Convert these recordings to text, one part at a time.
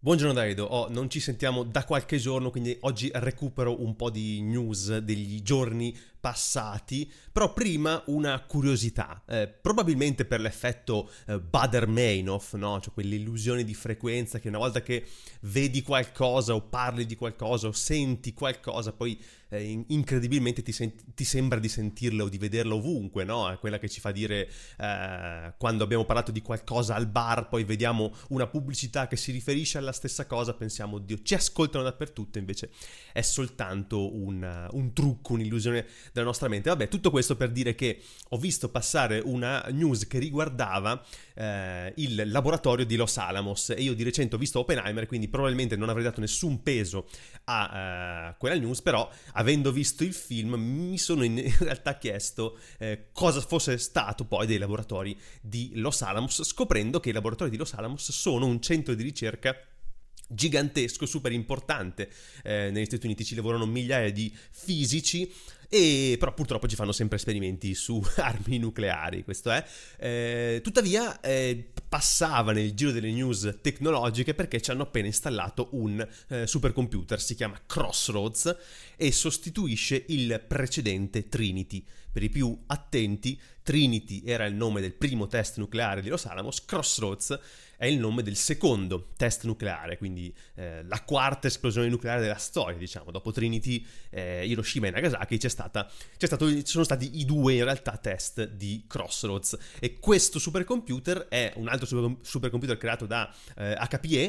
Buongiorno Daido, non ci sentiamo da qualche giorno, quindi oggi recupero un po' di news degli giorni passati, però prima una curiosità, probabilmente per l'effetto Baader-Meinhof, no? Cioè quell'illusione di frequenza che una volta che vedi qualcosa o parli di qualcosa o senti qualcosa, poi incredibilmente ti sembra di sentirla o di vederla ovunque, no? È quella che ci fa dire quando abbiamo parlato di qualcosa al bar, poi vediamo una pubblicità che si riferisce alla stessa cosa, pensiamo, oddio, ci ascoltano dappertutto, invece è soltanto un trucco, un'illusione della nostra mente. Vabbè, tutto questo per dire che ho visto passare una news che riguardava il laboratorio di Los Alamos e io di recente ho visto Oppenheimer, quindi probabilmente non avrei dato nessun peso a quella news, però avendo visto il film mi sono in realtà chiesto cosa fosse stato poi dei laboratori di Los Alamos, scoprendo che i laboratori di Los Alamos sono un centro di ricerca gigantesco, super importante. Negli Stati Uniti ci lavorano migliaia di fisici, e però purtroppo ci fanno sempre esperimenti su armi nucleari, questo è. Tuttavia passava nel giro delle news tecnologiche perché ci hanno appena installato un supercomputer, si chiama Crossroads e sostituisce il precedente Trinity. Per i più attenti, Trinity era il nome del primo test nucleare di Los Alamos, Crossroads è il nome del secondo test nucleare, quindi la quarta esplosione nucleare della storia, diciamo. Dopo Trinity, Hiroshima e Nagasaki ci sono stati i due in realtà test di Crossroads, e questo supercomputer è un altro supercomputer creato da HPE.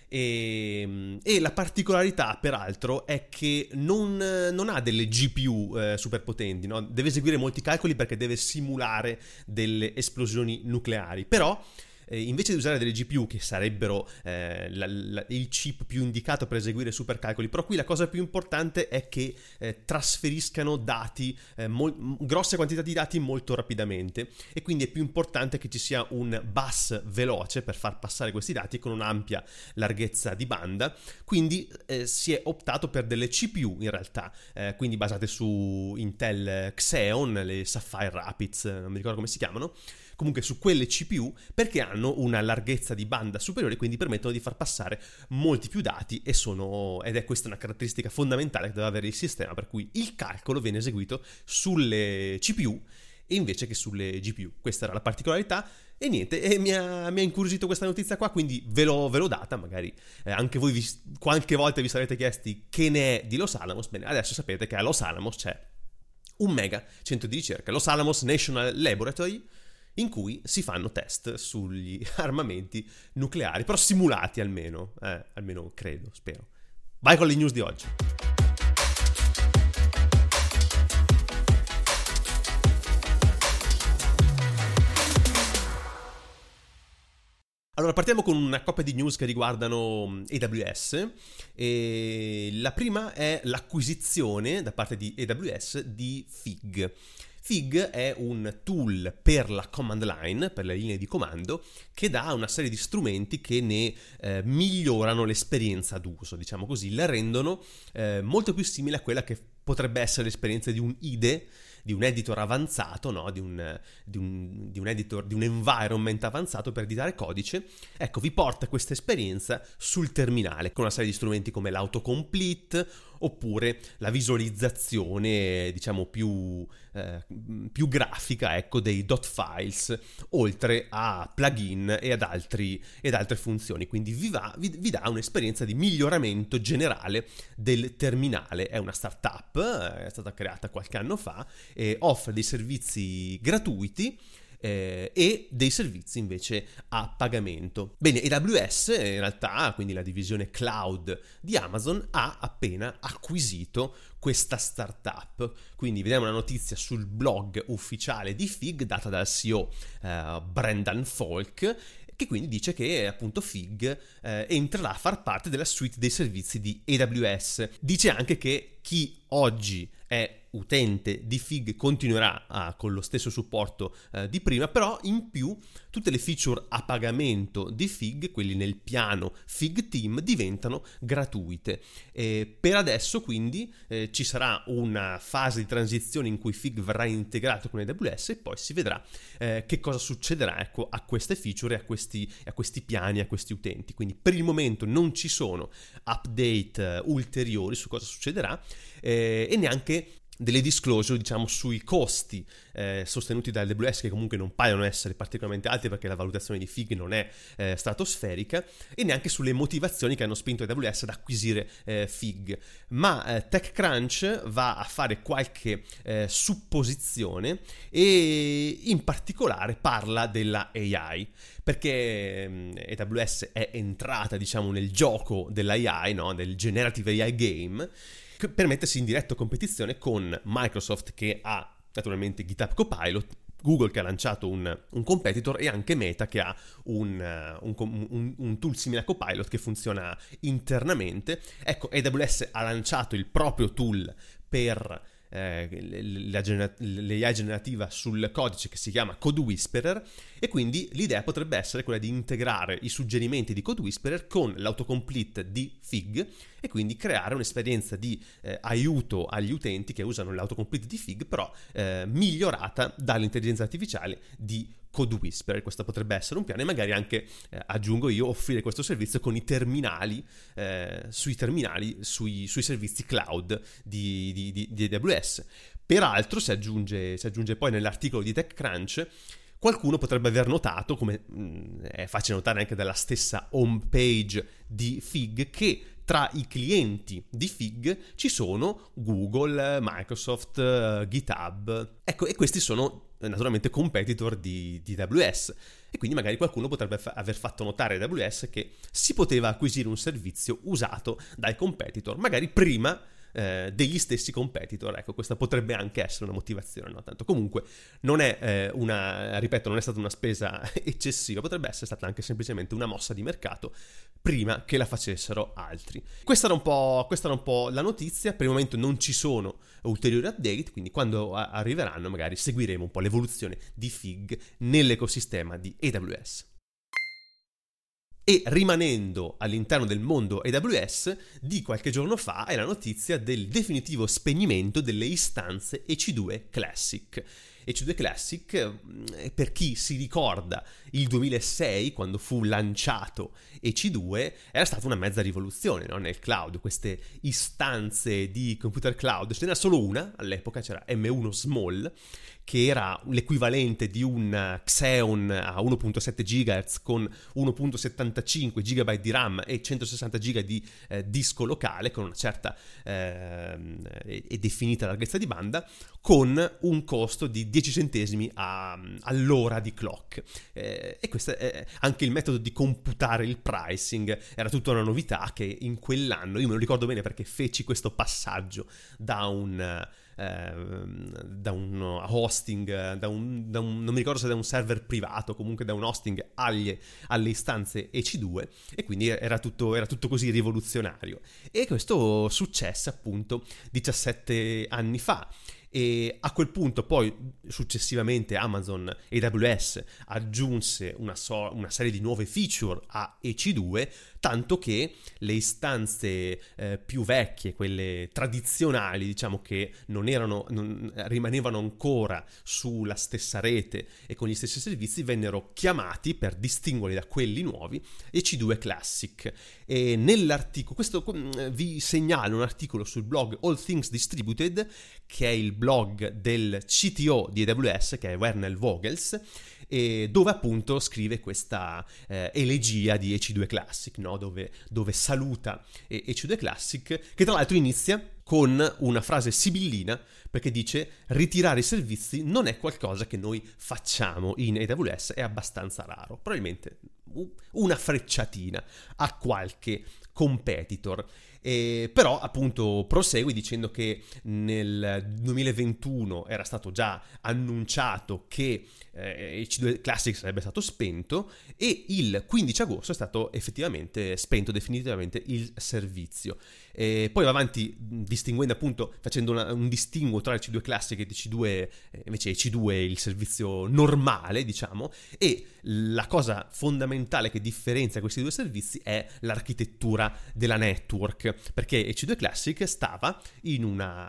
E la particolarità peraltro è che non ha delle GPU super potenti, no? Deve eseguire molti calcoli perché deve simulare delle esplosioni nucleari, però invece di usare delle GPU che sarebbero il chip più indicato per eseguire supercalcoli, però qui la cosa più importante è che trasferiscano dati, grosse quantità di dati molto rapidamente, e quindi è più importante che ci sia un bus veloce per far passare questi dati con un'ampia larghezza di banda. Quindi si è optato per delle CPU in realtà, quindi basate su Intel Xeon, le Sapphire Rapids, non mi ricordo come si chiamano, comunque su quelle CPU, perché hanno una larghezza di banda superiore, quindi permettono di far passare molti più dati ed è questa una caratteristica fondamentale che deve avere il sistema, per cui il calcolo viene eseguito sulle CPU e invece che sulle GPU. Questa era la particolarità. E niente, mi ha incuriosito questa notizia qua, quindi ve l'ho data. Magari anche voi qualche volta vi sarete chiesti che ne è di Los Alamos. Bene, adesso sapete che a Los Alamos c'è un mega centro di ricerca, Los Alamos National Laboratory, in cui si fanno test sugli armamenti nucleari, però simulati almeno credo, spero. Vai con le news di oggi. Allora, partiamo con una coppia di news che riguardano AWS, e la prima è l'acquisizione da parte di AWS di Fig. Fig è un tool per la command line, per le linee di comando, che dà una serie di strumenti che ne migliorano l'esperienza d'uso, diciamo così, la rendono molto più simile a quella che potrebbe essere l'esperienza di un IDE, di un editor avanzato, no? di un editor, di un environment avanzato per editare codice. Ecco, vi porta questa esperienza sul terminale con una serie di strumenti come l'autocomplete oppure la visualizzazione, diciamo, più grafica, ecco, dei dot files, oltre a plugin e ad altre funzioni. Quindi vi dà un'esperienza di miglioramento generale del terminale. È una startup, è stata creata qualche anno fa, e offre dei servizi gratuiti e dei servizi invece a pagamento. Bene, AWS in realtà, quindi la divisione cloud di Amazon, ha appena acquisito questa startup. Quindi vediamo una notizia sul blog ufficiale di Fig data dal CEO Brendan Falk, che quindi dice che appunto Fig entrerà a far parte della suite dei servizi di AWS. Dice anche che chi oggi è utente di Fig continuerà con lo stesso supporto di prima, però in più tutte le feature a pagamento di Fig, quelli nel piano Fig Team, diventano gratuite. Per adesso quindi ci sarà una fase di transizione in cui Fig verrà integrato con AWS e poi si vedrà che cosa succederà, ecco, a queste feature, a questi piani, a questi utenti. Quindi per il momento non ci sono update ulteriori su cosa succederà e neanche delle disclosure, diciamo, sui costi sostenuti da AWS, che comunque non paiono essere particolarmente alti perché la valutazione di Fig non è stratosferica, e neanche sulle motivazioni che hanno spinto AWS ad acquisire Fig. Ma TechCrunch va a fare qualche supposizione e in particolare parla della AI, perché AWS è entrata, diciamo, nel gioco dell'AI, no? Del Generative AI Game, per mettersi in diretta competizione con Microsoft, che ha naturalmente GitHub Copilot, Google che ha lanciato un competitor, e anche Meta che ha un tool simile a Copilot che funziona internamente. Ecco, AWS ha lanciato il proprio tool per l'AI generativa sul codice, che si chiama Code Whisperer, e quindi l'idea potrebbe essere quella di integrare i suggerimenti di Code Whisperer con l'autocomplete di Fig e quindi creare un'esperienza di aiuto agli utenti che usano l'autocomplete di Fig, però migliorata dall'intelligenza artificiale di Code Whisperer. Questo potrebbe essere un piano, e magari anche, aggiungo io, offrire questo servizio con i terminali, sui servizi cloud di AWS. Peraltro si aggiunge poi nell'articolo di TechCrunch, qualcuno potrebbe aver notato, come è facile notare anche dalla stessa homepage di Fig, che tra i clienti di Fig ci sono Google, Microsoft, GitHub. Ecco, e questi sono naturalmente competitor di AWS. E quindi magari qualcuno potrebbe aver fatto notare ad AWS che si poteva acquisire un servizio usato dai competitor, magari prima degli stessi competitor. Ecco, questa potrebbe anche essere una motivazione, no? Tanto comunque non è non è stata una spesa eccessiva, potrebbe essere stata anche semplicemente una mossa di mercato prima che la facessero altri. Questa era un po' la notizia. Per il momento non ci sono ulteriori update, quindi quando arriveranno magari seguiremo un po' l'evoluzione di Fig nell'ecosistema di AWS. E rimanendo all'interno del mondo AWS, di qualche giorno fa è la notizia del definitivo spegnimento delle istanze EC2 Classic. EC2 Classic, per chi si ricorda il 2006, quando fu lanciato EC2, era stata una mezza rivoluzione, no? Nel cloud. Queste istanze di computer cloud, ce n'era solo una all'epoca, c'era M1 Small, che era l'equivalente di un Xeon a 1.7 GHz con 1.75 GB di RAM e 160 GB di disco locale, con una certa e definita larghezza di banda, con un costo di 10 centesimi all'ora di clock. E questo è anche il metodo di computare il pricing, era tutta una novità che in quell'anno, io me lo ricordo bene perché feci questo passaggio da un hosting, non mi ricordo se da un server privato, comunque da un hosting alle istanze EC2, e quindi era tutto così rivoluzionario. E questo successe appunto 17 anni fa. E a quel punto poi successivamente Amazon AWS aggiunse una serie di nuove feature a EC2, tanto che le istanze più vecchie, quelle tradizionali, diciamo, che rimanevano ancora sulla stessa rete e con gli stessi servizi, vennero chiamati, per distinguerli da quelli nuovi, EC2 Classic. E nell'articolo, questo vi segnalo un articolo sul blog All Things Distributed, che è il blog del CTO di AWS, che è Vernel Vogels, e dove appunto scrive questa elegia di EC2 Classic, no? dove saluta EC2 Classic, che tra l'altro inizia con una frase sibillina, perché dice: ritirare i servizi non è qualcosa che noi facciamo in AWS, è abbastanza raro. Probabilmente una frecciatina a qualche competitor. Però appunto prosegue dicendo che nel 2021 era stato già annunciato che EC2 Classic sarebbe stato spento, e il 15 agosto è stato effettivamente spento definitivamente il servizio. Poi va avanti distinguendo, appunto, facendo un distinguo tra EC2 Classic e EC2, invece EC2 il servizio normale, diciamo, e la cosa fondamentale che differenzia questi due servizi è l'architettura della network, perché EC2 Classic stava in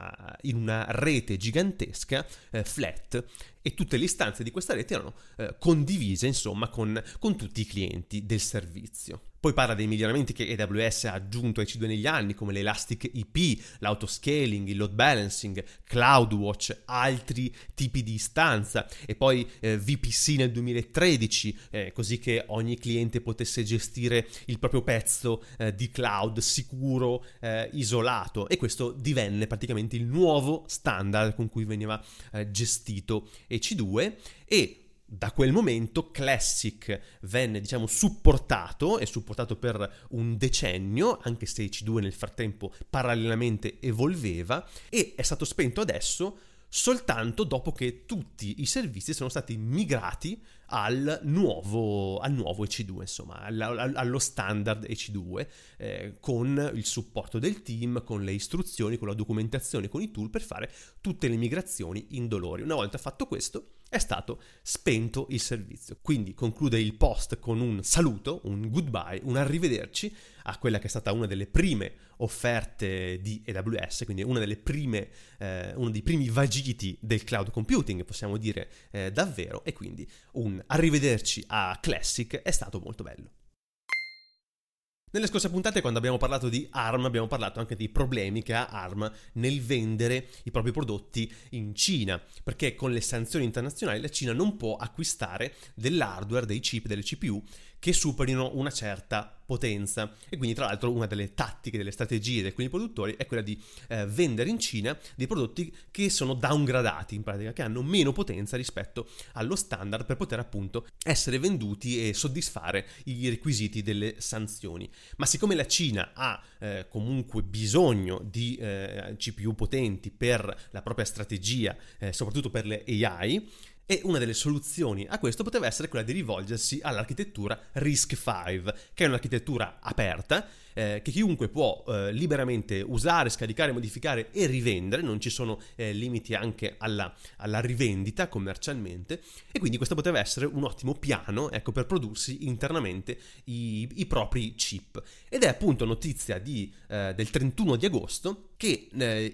una rete gigantesca flat, e tutte le istanze di questa rete erano condivise, insomma, con tutti i clienti del servizio. Poi parla dei miglioramenti che AWS ha aggiunto a EC2 negli anni, come l'Elastic IP, l'autoscaling, il load balancing, CloudWatch, altri tipi di istanza, e poi VPC nel 2013, così che ogni cliente potesse gestire il proprio pezzo di cloud sicuro, isolato, e questo divenne praticamente il nuovo standard con cui veniva gestito EC2. E da quel momento Classic venne, diciamo, supportato per un decennio, anche se EC2 nel frattempo parallelamente evolveva, e è stato spento adesso soltanto dopo che tutti i servizi sono stati migrati al nuovo EC2, insomma, allo standard EC2, con il supporto del team, con le istruzioni, con la documentazione, con i tool per fare tutte le migrazioni indolori. Una volta fatto questo, è stato spento il servizio. Quindi conclude il post con un saluto, un goodbye, un arrivederci a quella che è stata una delle prime offerte di AWS, quindi uno dei primi vagiti del cloud computing, possiamo dire davvero, e quindi un arrivederci a Classic è stato molto bello. Nelle scorse puntate, quando abbiamo parlato di ARM, abbiamo parlato anche dei problemi che ha ARM nel vendere i propri prodotti in Cina, perché con le sanzioni internazionali la Cina non può acquistare dell'hardware, dei chip, delle CPU che superino una certa potenza, e quindi tra l'altro una delle tattiche, delle strategie di alcuni produttori è quella di vendere in Cina dei prodotti che sono downgradati, in pratica, che hanno meno potenza rispetto allo standard, per poter appunto essere venduti e soddisfare i requisiti delle sanzioni. Ma siccome la Cina ha comunque bisogno di CPU potenti per la propria strategia, soprattutto per le AI, e una delle soluzioni a questo poteva essere quella di rivolgersi all'architettura RISC-V, che è un'architettura aperta, che chiunque può liberamente usare, scaricare, modificare e rivendere. Non ci sono limiti anche alla rivendita commercialmente, e quindi questo poteva essere un ottimo piano, ecco, per prodursi internamente i propri chip. Ed è appunto notizia del 31 di agosto che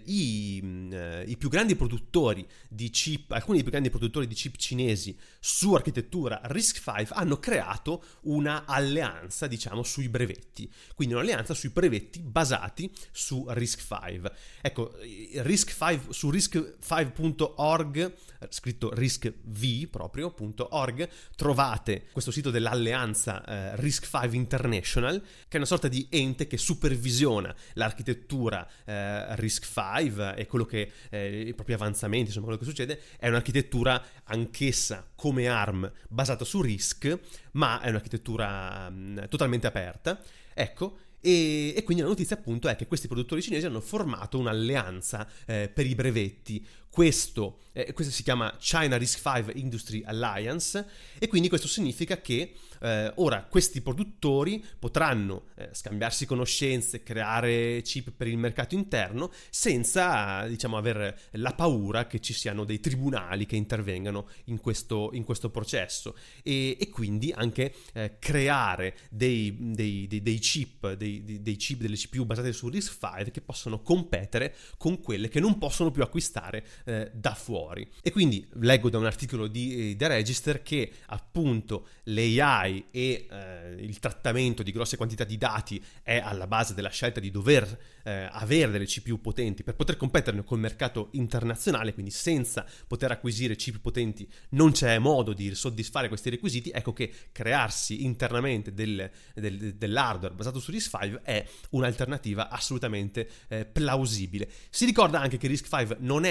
i più grandi produttori di chip, alcuni dei più grandi produttori di chip cinesi su architettura RISC-V hanno creato una alleanza, diciamo, sui brevetti, quindi un'alleanza sui brevetti basati su RISC-V. Ecco, RISC-V, su RISC-V.org, scritto RISC-V proprio.org, trovate questo sito dell'alleanza RISC-V International, che è una sorta di ente che supervisiona l'architettura RISC-V e quello che i propri avanzamenti, insomma quello che succede. È un'architettura anch'essa come ARM basata su RISC, ma è un'architettura totalmente aperta, ecco. E quindi la notizia appunto è che questi produttori cinesi hanno formato un'alleanza per i brevetti. Questo si chiama China RISC-V Industry Alliance, e quindi questo significa che ora questi produttori potranno scambiarsi conoscenze, creare chip per il mercato interno senza, diciamo, avere la paura che ci siano dei tribunali che intervengano in questo processo, e quindi anche creare dei chip, dei chip, delle CPU basate su RISC-V che possono competere con quelle che non possono più acquistare da fuori. E quindi leggo da un articolo di The Register che appunto l'AI e il trattamento di grosse quantità di dati è alla base della scelta di dover avere delle CPU potenti per poter competere col mercato internazionale, quindi senza poter acquisire chip potenti non c'è modo di soddisfare questi requisiti. Ecco che crearsi internamente dell'hardware basato su RISC-V è un'alternativa assolutamente plausibile. Si ricorda anche che RISC-V non è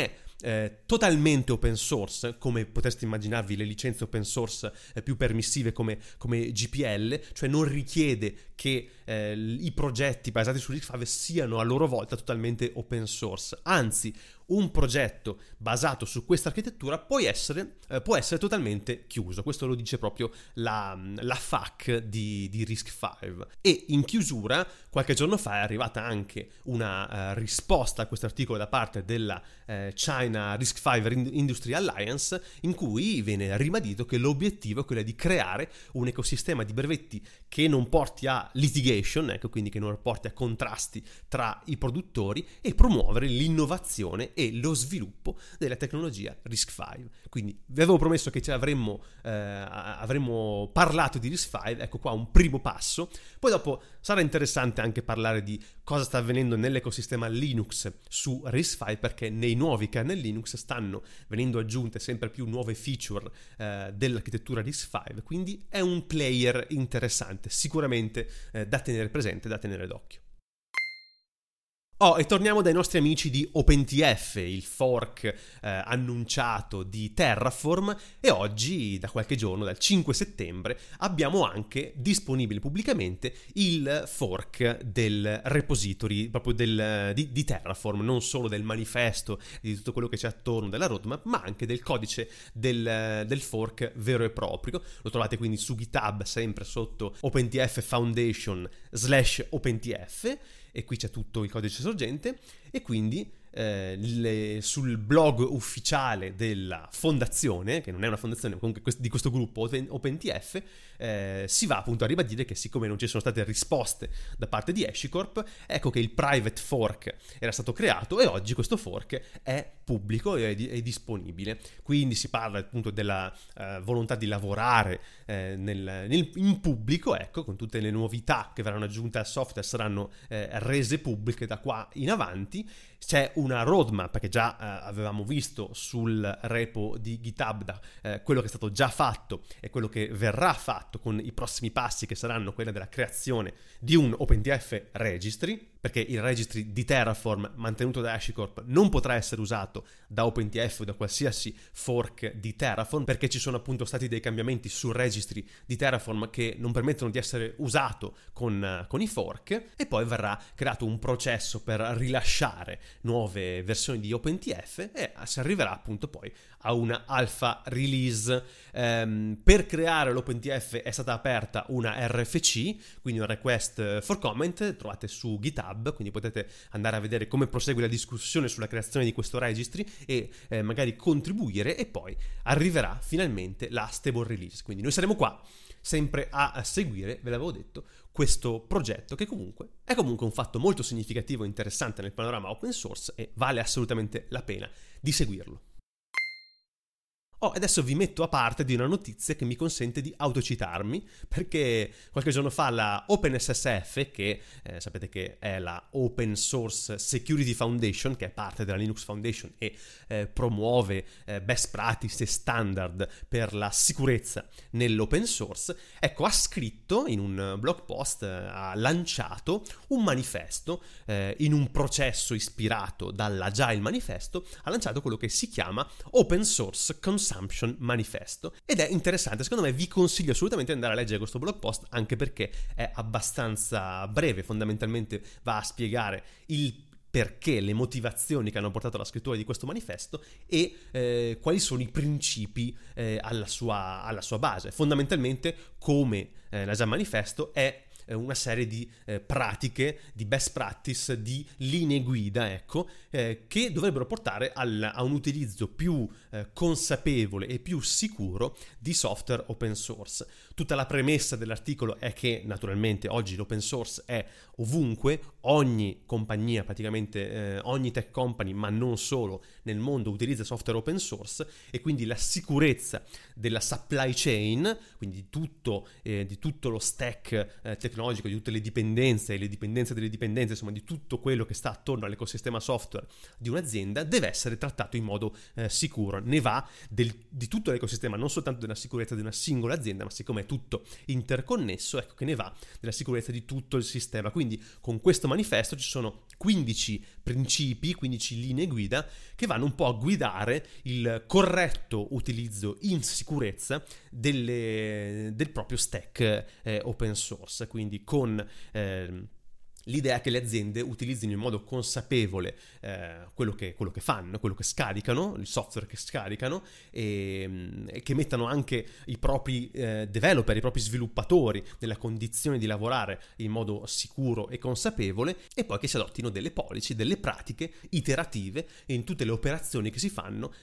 totalmente open source, come potreste immaginarvi le licenze open source più permissive come GPL, cioè non richiede che i progetti basati su RISC-V siano a loro volta totalmente open source, anzi un progetto basato su questa architettura può essere totalmente chiuso. Questo lo dice proprio la FAQ di RISC-V. E in chiusura, qualche giorno fa è arrivata anche una risposta a questo articolo da parte della China RISC-V Industry Alliance, in cui viene ribadito che l'obiettivo è quello di creare un ecosistema di brevetti che non porti a litigation, ecco, quindi che non porti a contrasti tra i produttori, e promuovere l'innovazione e lo sviluppo della tecnologia RISC-V. Quindi vi avevo promesso che avremmo parlato di RISC-V, ecco qua un primo passo. Poi dopo sarà interessante anche parlare di cosa sta avvenendo nell'ecosistema Linux su RISC-V, perché nei nuovi kernel Linux stanno venendo aggiunte sempre più nuove feature dell'architettura RISC-V, quindi è un player interessante, sicuramente da tenere presente, da tenere d'occhio. E torniamo dai nostri amici di OpenTF, il fork annunciato di Terraform, e oggi, da qualche giorno, dal 5 settembre, abbiamo anche disponibile pubblicamente il fork del repository, proprio di Terraform, non solo del manifesto, di tutto quello che c'è attorno della roadmap, ma anche del codice del fork vero e proprio. Lo trovate quindi su GitHub, sempre sotto OpenTF Foundation /OpenTF, e qui c'è tutto il codice sorgente, e quindi sul blog ufficiale della fondazione, che non è una fondazione, comunque di questo gruppo OpenTF, si va appunto a ribadire che, siccome non ci sono state risposte da parte di HashiCorp, ecco che il private fork era stato creato e oggi questo fork è pubblico e è disponibile. Quindi si parla appunto della volontà di lavorare in pubblico, ecco, con tutte le novità che verranno aggiunte al software saranno rese pubbliche da qua in avanti. C'è una roadmap che già avevamo visto sul repo di GitHub, quello che è stato già fatto e quello che verrà fatto, con i prossimi passi che saranno quella della creazione di un OpenTF registry, perché il registry di Terraform mantenuto da HashiCorp non potrà essere usato da OpenTF o da qualsiasi fork di Terraform, perché ci sono appunto stati dei cambiamenti sul registry di Terraform che non permettono di essere usato con i fork, e poi verrà creato un processo per rilasciare nuove versioni di OpenTF e si arriverà appunto poi a una alpha release. Per creare l'OpenTF è stata aperta una RFC, quindi un request for comment, trovate su GitHub, quindi potete andare a vedere come prosegue la discussione sulla creazione di questo registry e magari contribuire, e poi arriverà finalmente la stable release. Quindi noi saremo qua sempre a seguire, ve l'avevo detto, questo progetto, che comunque è un fatto molto significativo e interessante nel panorama open source, e vale assolutamente la pena di seguirlo. Adesso vi metto a parte di una notizia che mi consente di autocitarmi, perché qualche giorno fa la OpenSSF, che sapete che è la Open Source Security Foundation, che è parte della Linux Foundation e promuove best practice e standard per la sicurezza nell'open source, ecco, ha scritto in un blog post, ha lanciato un manifesto in un processo ispirato dall'Agile Manifesto, ha lanciato quello che si chiama Open Source Consumption Manifesto, ed è interessante. Secondo me vi consiglio assolutamente di andare a leggere questo blog post, anche perché è abbastanza breve, fondamentalmente va a spiegare il perché, le motivazioni che hanno portato alla scrittura di questo manifesto e quali sono i principi alla sua base. Fondamentalmente, come l'Agile Manifesto, è una serie di pratiche, di best practice, di linee guida, ecco, che dovrebbero portare a un utilizzo più consapevole e più sicuro di software open source. Tutta la premessa dell'articolo è che naturalmente oggi l'open source è ovunque, ogni compagnia, praticamente ogni tech company, ma non solo, nel mondo utilizza software open source, e quindi la sicurezza della supply chain, quindi di tutto lo stack tecnologico, di tutte le dipendenze e le dipendenze delle dipendenze, insomma di tutto quello che sta attorno all'ecosistema software di un'azienda, deve essere trattato in modo sicuro. Ne va di tutto l'ecosistema, non soltanto della sicurezza di una singola azienda, ma siccome è tutto interconnesso, ecco che ne va della sicurezza di tutto il sistema. Quindi con questo manifesto ci sono 15 principi, 15 linee guida che vanno un po' a guidare il corretto utilizzo in sicurezza del proprio stack open source, quindi con l'idea che le aziende utilizzino in modo consapevole quello che fanno, quello che scaricano, il software che scaricano, e che mettano anche i propri developer, i propri sviluppatori nella condizione di lavorare in modo sicuro e consapevole, e poi che si adottino delle policy, delle pratiche iterative in tutte le operazioni che si fanno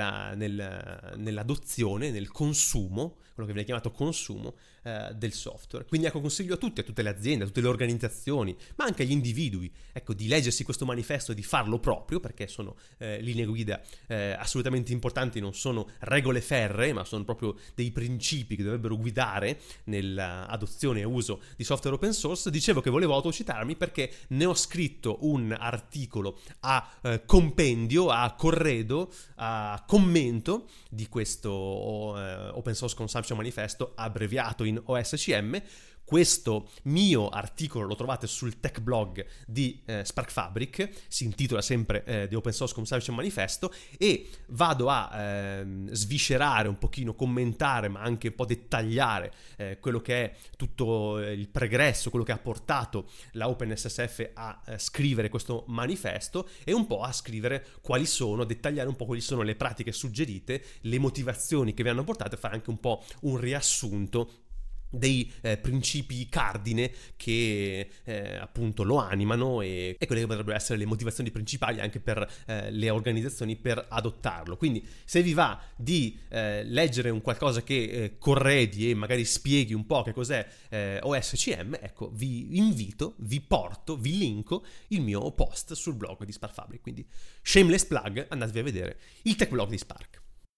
nell'adozione, nel consumo, quello che viene chiamato consumo del software. Quindi ecco, consiglio a tutte le aziende, a tutte le organizzazioni, ma anche agli individui, ecco, di leggersi questo manifesto e di farlo proprio, perché sono linee guida assolutamente importanti, non sono regole ferree, ma sono proprio dei principi che dovrebbero guidare nell'adozione e uso di software open source. Dicevo che volevo autocitarmi perché ne ho scritto un articolo a compendio, a corredo, a commento di questo Open Source Consumption Manifesto, abbreviato in OSCM. Questo mio articolo lo trovate sul tech blog di Spark Fabric, si intitola sempre The Open Source Consumption Manifesto, e vado a sviscerare un pochino, commentare, ma anche un po' dettagliare quello che è tutto il pregresso, quello che ha portato la OpenSSF a scrivere questo manifesto, e un po' a scrivere a dettagliare un po' quali sono le pratiche suggerite, le motivazioni che vi hanno portato, a fare anche un po' un riassunto dei principi cardine che appunto lo animano, e quelle che potrebbero essere le motivazioni principali anche per le organizzazioni per adottarlo. Quindi se vi va di leggere un qualcosa che corredi e magari spieghi un po' che cos'è OSCM, ecco, vi invito, vi linko il mio post sul blog di Spark Fabric. Quindi shameless plug, andatevi a vedere il tech blog di Spark.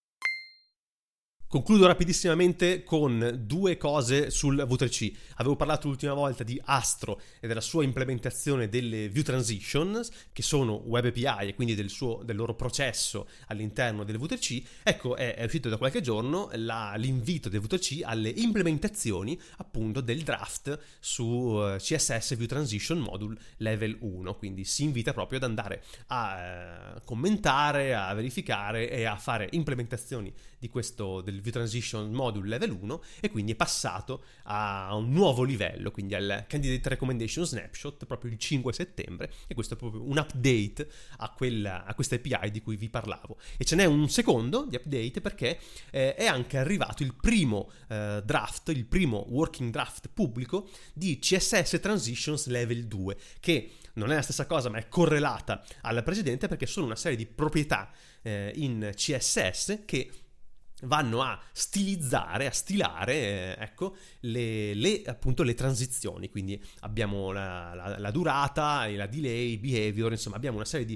Concludo rapidissimamente con due cose sul V3C. Avevo parlato l'ultima volta di Astro e della sua implementazione delle View Transitions, che sono Web API e quindi del loro processo all'interno del V3C. Ecco, è uscito da qualche giorno l'invito del V3C alle implementazioni appunto del draft su CSS View Transition Module Level 1. Quindi si invita proprio ad andare a commentare, a verificare e a fare implementazioni di questo del View Transition Module Level 1, e quindi è passato a un nuovo livello, quindi al Candidate Recommendation Snapshot proprio il 5 settembre, e questo è proprio un update a questa API di cui vi parlavo. E ce n'è un secondo di update perché è anche arrivato il primo draft, il primo working draft pubblico di CSS Transitions Level 2, che non è la stessa cosa ma è correlata alla precedente, perché sono una serie di proprietà in CSS che vanno a stilizzare, a stilare ecco, appunto le transizioni. Quindi abbiamo la durata, la delay, behavior, insomma abbiamo una serie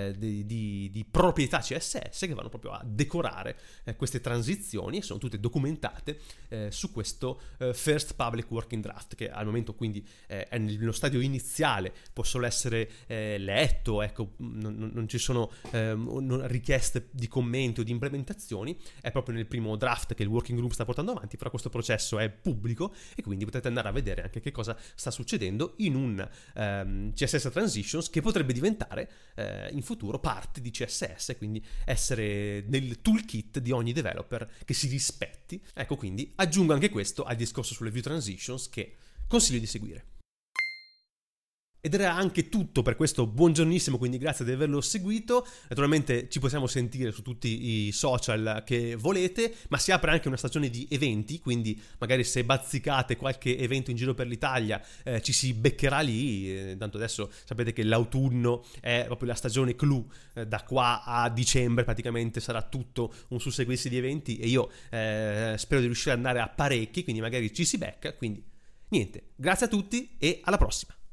di proprietà CSS che vanno proprio a decorare queste transizioni, e sono tutte documentate su questo First Public Working Draft, che al momento quindi è nello stadio iniziale, può solo essere letto, ecco, non ci sono richieste di commenti o di implementazioni, è proprio nel primo draft che il working group sta portando avanti, però questo processo è pubblico e quindi potete andare a vedere anche che cosa sta succedendo in un CSS Transitions che potrebbe diventare in futuro parte di CSS, quindi essere nel toolkit di ogni developer che si rispetti. Ecco, quindi aggiungo anche questo al discorso sulle View Transitions che consiglio di seguire. Ed era anche tutto per questo buongiornissimo, quindi grazie di averlo seguito. Naturalmente ci possiamo sentire su tutti i social che volete, ma si apre anche una stagione di eventi, quindi magari se bazzicate qualche evento in giro per l'Italia ci si beccherà lì. Tanto adesso sapete che l'autunno è proprio la stagione clou, da qua a dicembre praticamente sarà tutto un susseguirsi di eventi, e io spero di riuscire ad andare a parecchi, quindi magari ci si becca. Quindi niente, grazie a tutti e alla prossima.